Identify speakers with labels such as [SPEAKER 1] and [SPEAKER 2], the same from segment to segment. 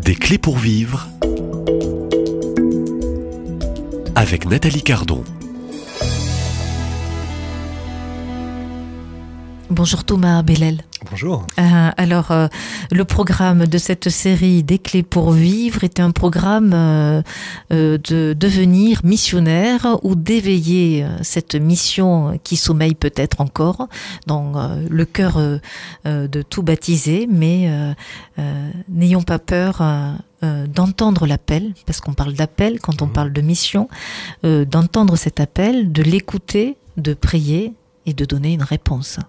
[SPEAKER 1] Des clés pour vivre avec Nathalie Cardon.
[SPEAKER 2] Bonjour Thomas Bellel.
[SPEAKER 3] Bonjour.
[SPEAKER 2] Le programme de cette série Des clés pour vivre est un programme de devenir missionnaire ou d'éveiller cette mission qui sommeille peut-être encore dans le cœur de tout baptisé, mais n'ayons pas peur d'entendre l'appel, parce qu'on parle d'appel quand on parle de mission, d'entendre cet appel, de l'écouter, de prier et de donner une réponse.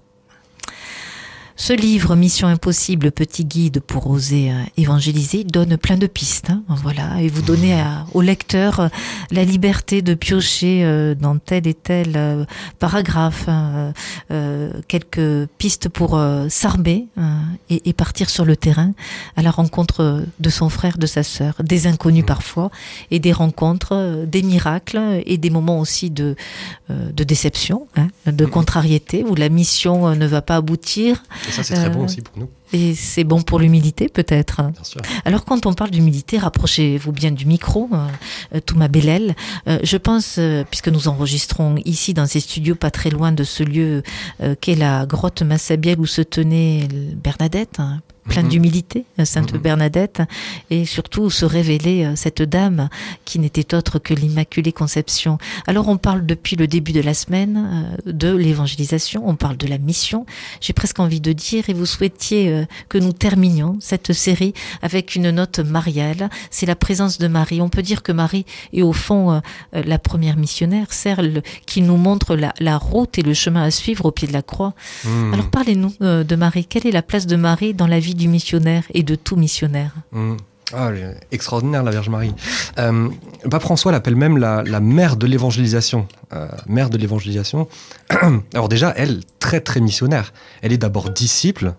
[SPEAKER 2] Ce livre, Mission Impossible, petit guide pour oser évangéliser, donne plein de pistes. Voilà, et vous donnez au lecteur la liberté de piocher dans tel et tel paragraphe quelques pistes pour s'armer et partir sur le terrain à la rencontre de son frère, de sa sœur, des inconnus parfois, et des rencontres, des miracles et des moments aussi de déception, de contrariété, où la mission ne va pas aboutir.
[SPEAKER 3] Et ça, c'est très bon aussi pour nous.
[SPEAKER 2] Et c'est bon pour l'humilité, peut-être.
[SPEAKER 3] Bien sûr. Alors,
[SPEAKER 2] quand on parle d'humilité, rapprochez-vous bien du micro, Thomas Bellel. Je pense, puisque nous enregistrons ici dans ces studios, pas très loin de ce lieu qu'est la grotte Massabielle où se tenait Bernadette, pleine d'humilité, Sainte Bernadette, et surtout où se révélait cette dame qui n'était autre que l'Immaculée Conception. Alors on parle depuis le début de la semaine de l'évangélisation, on parle de la mission. J'ai presque envie de dire, et vous souhaitiez que nous terminions cette série avec une note mariale, c'est la présence de Marie. On peut dire que Marie est au fond la première missionnaire, celle qui nous montre la route et le chemin à suivre au pied de la croix. Alors parlez-nous de Marie. Quelle est la place de Marie dans la vie du missionnaire et de tout missionnaire?
[SPEAKER 3] Elle est extraordinaire, la Vierge Marie. Pape François l'appelle même la mère de l'évangélisation. Mère de l'évangélisation. Alors déjà, elle, très très missionnaire. Elle est d'abord disciple.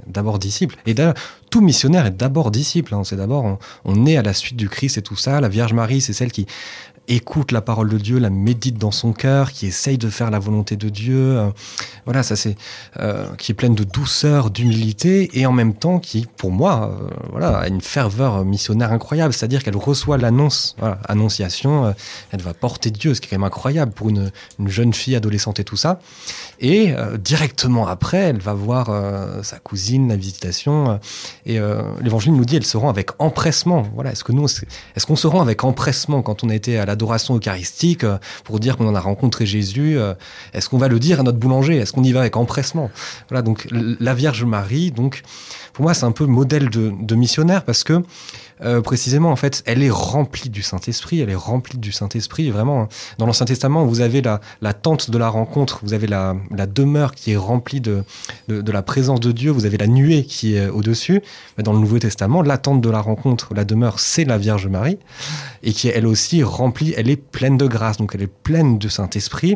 [SPEAKER 3] Et d'ailleurs, tout missionnaire est d'abord disciple. C'est d'abord, on est à la suite du Christ et tout ça. La Vierge Marie, c'est celle qui écoute la parole de Dieu, la médite dans son cœur, qui essaye de faire la volonté de Dieu. Voilà, ça c'est qui est pleine de douceur, d'humilité, et en même temps qui, pour moi, a une ferveur missionnaire incroyable. C'est-à-dire qu'elle reçoit l'annonce, annonciation. Elle va porter Dieu, ce qui est quand même incroyable pour une jeune fille adolescente et tout ça. Et directement après, elle va voir sa cousine, la visitation. Et l'Évangile nous dit, elle se rend avec empressement. Voilà, est-ce qu'on se rend avec empressement quand on a été à l'adoration eucharistique pour dire qu'on en a rencontré Jésus? Est-ce qu'on va le dire à notre boulanger? Est-ce qu'on y va avec empressement? Voilà, donc la Vierge Marie, donc pour moi, c'est un peu le modèle de missionnaire, parce que précisément, en fait, elle est remplie du Saint-Esprit. Et vraiment, dans l'Ancien Testament, vous avez la tente de la rencontre, vous avez la demeure qui est remplie de la présence de Dieu, vous avez la nuée qui est au-dessus. Mais dans le Nouveau Testament, la tente de la rencontre, la demeure, c'est la Vierge Marie, et qui est elle aussi remplie, elle est pleine de grâce, donc elle est pleine de Saint-Esprit.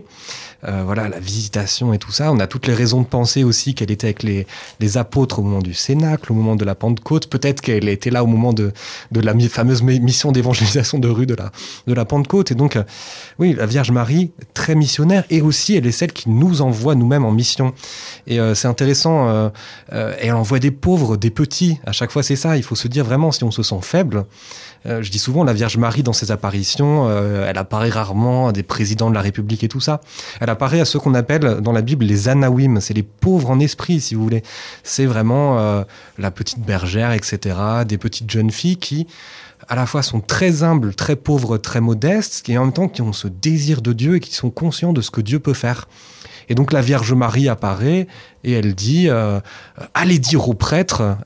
[SPEAKER 3] La visitation et tout ça. On a toutes les raisons de penser aussi qu'elle était avec les apôtres au moment du Cénacle, au moment de la Pentecôte. Peut-être qu'elle était là au moment de la fameuse mission d'évangélisation de rue de la Pentecôte. Et donc, oui, la Vierge Marie, très missionnaire, et aussi elle est celle qui nous envoie nous-mêmes en mission. Et c'est intéressant, elle envoie des pauvres, des petits. À chaque fois, c'est ça. Il faut se dire vraiment, si on se sent faible, je dis souvent, la Vierge Marie, dans ses apparitions, elle apparaît rarement à des présidents de la République et tout ça. Elle apparaît à ceux qu'on appelle dans la Bible les anawim, c'est les pauvres en esprit, si vous voulez. C'est vraiment la petite bergère, etc., des petites jeunes filles qui, à la fois, sont très humbles, très pauvres, très modestes, et en même temps qui ont ce désir de Dieu et qui sont conscients de ce que Dieu peut faire. Et donc la Vierge Marie apparaît et elle dit allez dire aux prêtres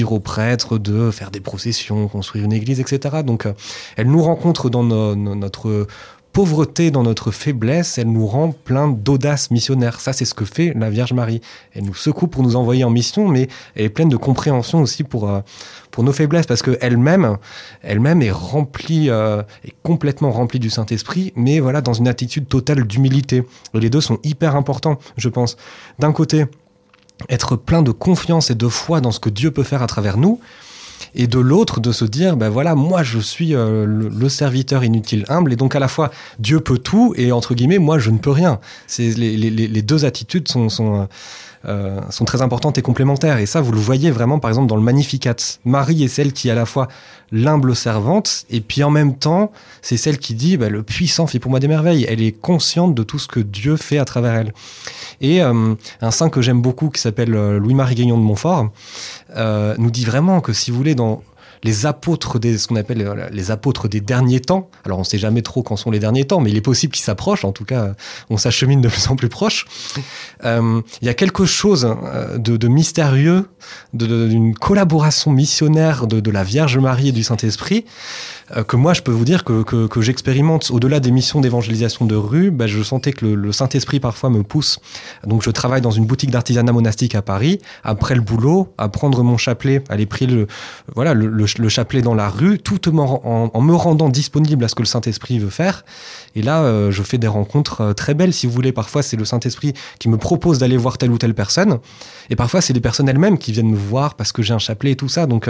[SPEAKER 3] de faire des processions, construire une église, etc. Donc elle nous rencontre dans notre pauvreté, dans notre faiblesse, elle nous rend plein d'audace missionnaire. Ça, c'est ce que fait la Vierge Marie. Elle nous secoue pour nous envoyer en mission, mais elle est pleine de compréhension aussi pour nos faiblesses, parce qu'elle-même est remplie, est complètement remplie du Saint-Esprit, mais voilà, dans une attitude totale d'humilité. Et les deux sont hyper importants, je pense. D'un côté, être plein de confiance et de foi dans ce que Dieu peut faire à travers nous, et de l'autre de se dire moi je suis le serviteur inutile humble, et donc à la fois Dieu peut tout et entre guillemets moi je ne peux rien. C'est les deux attitudes sont sont très importantes et complémentaires. Et ça, vous le voyez vraiment, par exemple, dans le Magnificat. Marie est celle qui est à la fois l'humble servante, et puis en même temps, c'est celle qui dit le puissant fait pour moi des merveilles. Elle est consciente de tout ce que Dieu fait à travers elle. Et un saint que j'aime beaucoup, qui s'appelle Louis-Marie Grignon de Montfort, nous dit vraiment que, si vous voulez, dans les apôtres ce qu'on appelle les apôtres des derniers temps. Alors, on ne sait jamais trop quand sont les derniers temps, mais il est possible qu'ils s'approchent. En tout cas, on s'achemine de plus en plus proche. Il y a quelque chose de mystérieux, d'une collaboration missionnaire de la Vierge Marie et du Saint-Esprit, que moi, je peux vous dire que j'expérimente. Au-delà des missions d'évangélisation de rue, je sentais que le Saint-Esprit parfois me pousse. Donc, je travaille dans une boutique d'artisanat monastique à Paris. Après le boulot, à prendre mon chapelet, aller prier le chapelet dans la rue, tout en me rendant disponible à ce que le Saint-Esprit veut faire. Et là, je fais des rencontres très belles, si vous voulez. Parfois, c'est le Saint-Esprit qui me propose d'aller voir telle ou telle personne. Et parfois, c'est les personnes elles-mêmes qui viennent me voir parce que j'ai un chapelet et tout ça. Donc,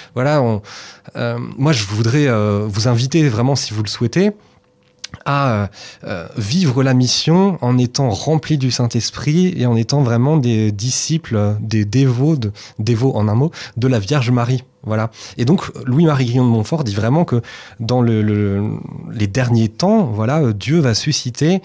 [SPEAKER 3] moi, je voudrais vous inviter vraiment, si vous le souhaitez, à vivre la mission en étant rempli du Saint-Esprit et en étant vraiment des disciples, des dévots en un mot, de la Vierge Marie. Voilà. Et donc, Louis-Marie Grignon de Montfort dit vraiment que dans les derniers temps, Dieu va susciter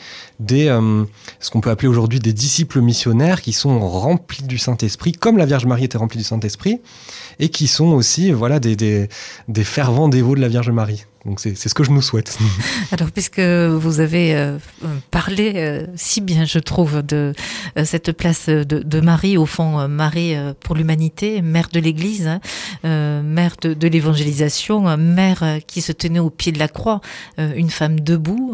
[SPEAKER 3] ce qu'on peut appeler aujourd'hui des disciples missionnaires qui sont remplis du Saint-Esprit, comme la Vierge Marie était remplie du Saint-Esprit, et qui sont aussi des fervents dévots de la Vierge Marie. Donc c'est ce que je nous souhaite.
[SPEAKER 2] Alors, puisque vous avez parlé si bien, je trouve, de cette place de Marie, au fond, Marie pour l'humanité, mère de l'Église, mère de l'évangélisation, mère qui se tenait au pied de la croix, une femme debout.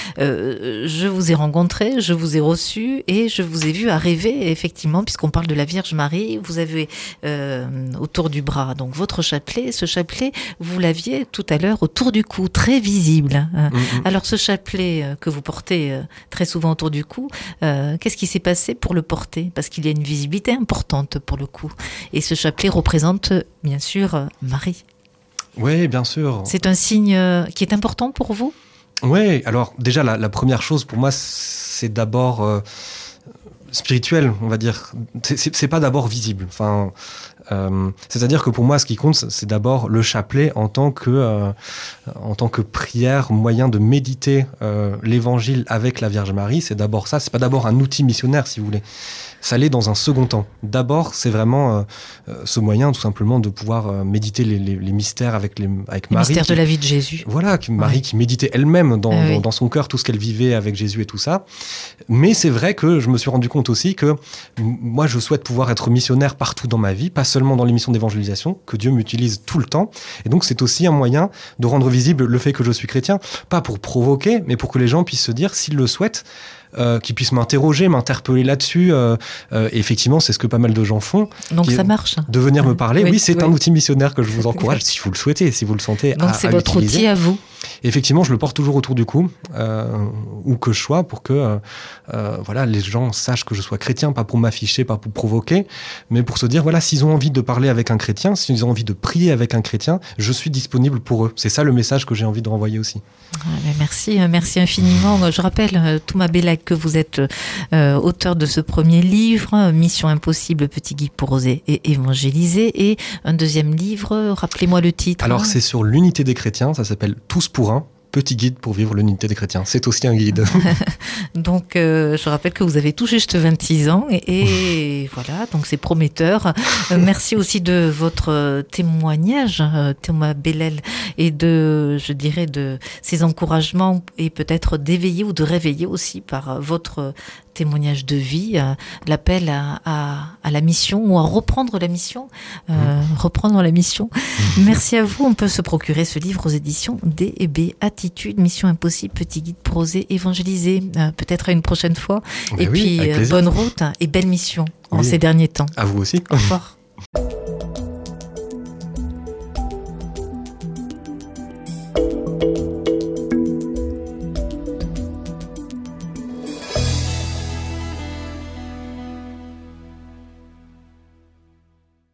[SPEAKER 2] Je vous ai rencontré, je vous ai reçu et je vous ai vu arriver, effectivement, puisqu'on parle de la Vierge Marie, vous avez autour du bras donc votre chapelet. Ce chapelet, vous l'aviez tout à l'heure autour du cou, très visible. Alors, ce chapelet que vous portez très souvent autour du cou, qu'est-ce qui s'est passé pour le porter? Parce qu'il y a une visibilité importante pour le cou. Et ce chapelet représente, bien sûr, Marie.
[SPEAKER 3] Oui, bien sûr.
[SPEAKER 2] C'est un signe qui est important pour vous?
[SPEAKER 3] Oui, alors déjà, la première chose pour moi, c'est d'abord spirituel, on va dire. C'est pas d'abord visible. Enfin, c'est-à-dire que pour moi, ce qui compte, c'est d'abord le chapelet en tant que prière, moyen de méditer l'évangile avec la Vierge Marie. C'est d'abord ça. C'est pas d'abord un outil missionnaire, si vous voulez. Ça l'est dans un second temps. D'abord, c'est vraiment ce moyen, tout simplement, de pouvoir méditer les mystères avec Marie.
[SPEAKER 2] Les mystères de la vie de Jésus.
[SPEAKER 3] Voilà, Marie qui méditait elle-même dans son cœur tout ce qu'elle vivait avec Jésus et tout ça. Mais c'est vrai que je me suis rendu compte aussi que moi, je souhaite pouvoir être missionnaire partout dans ma vie, pas seulement dans les missions d'évangélisation, que Dieu m'utilise tout le temps. Et donc, c'est aussi un moyen de rendre visible le fait que je suis chrétien, pas pour provoquer, mais pour que les gens puissent se dire, s'ils le souhaitent, qui puissent m'interpeller là-dessus. Et effectivement, c'est ce que pas mal de gens font.
[SPEAKER 2] Donc ça marche.
[SPEAKER 3] De venir me parler. Oui, c'est un outil missionnaire que je vous encourage, si vous le souhaitez, si vous le sentez.
[SPEAKER 2] Donc c'est votre outil à vous.
[SPEAKER 3] Et effectivement, je le porte toujours autour du cou, où que je sois, pour que les gens sachent que je sois chrétien, pas pour m'afficher, pas pour provoquer, mais pour se dire, s'ils ont envie de parler avec un chrétien, s'ils ont envie de prier avec un chrétien, je suis disponible pour eux. C'est ça le message que j'ai envie de renvoyer aussi.
[SPEAKER 2] Merci infiniment. Je rappelle, Thomas Bellac, que vous êtes auteur de ce premier livre, Mission impossible, petit guide pour oser et évangéliser, et un deuxième livre, rappelez-moi le titre.
[SPEAKER 3] Alors c'est sur l'unité des chrétiens, ça s'appelle Tous pour un. Petit guide pour vivre l'unité des chrétiens. C'est aussi un guide.
[SPEAKER 2] Donc, je rappelle que vous avez tout juste 26 ans et voilà, donc c'est prometteur. Merci aussi de votre témoignage, Thomas Bellel, et de ces encouragements et peut-être d'éveiller ou de réveiller aussi par votre témoignage de vie, l'appel à la mission ou à reprendre la mission. Merci à vous. On peut se procurer ce livre aux éditions D&B Attitude, Mission impossible, petit guide pour oser évangéliser. Peut-être à une prochaine fois. Puis bonne route et belle mission en ces derniers temps.
[SPEAKER 3] À vous aussi.
[SPEAKER 2] Au revoir.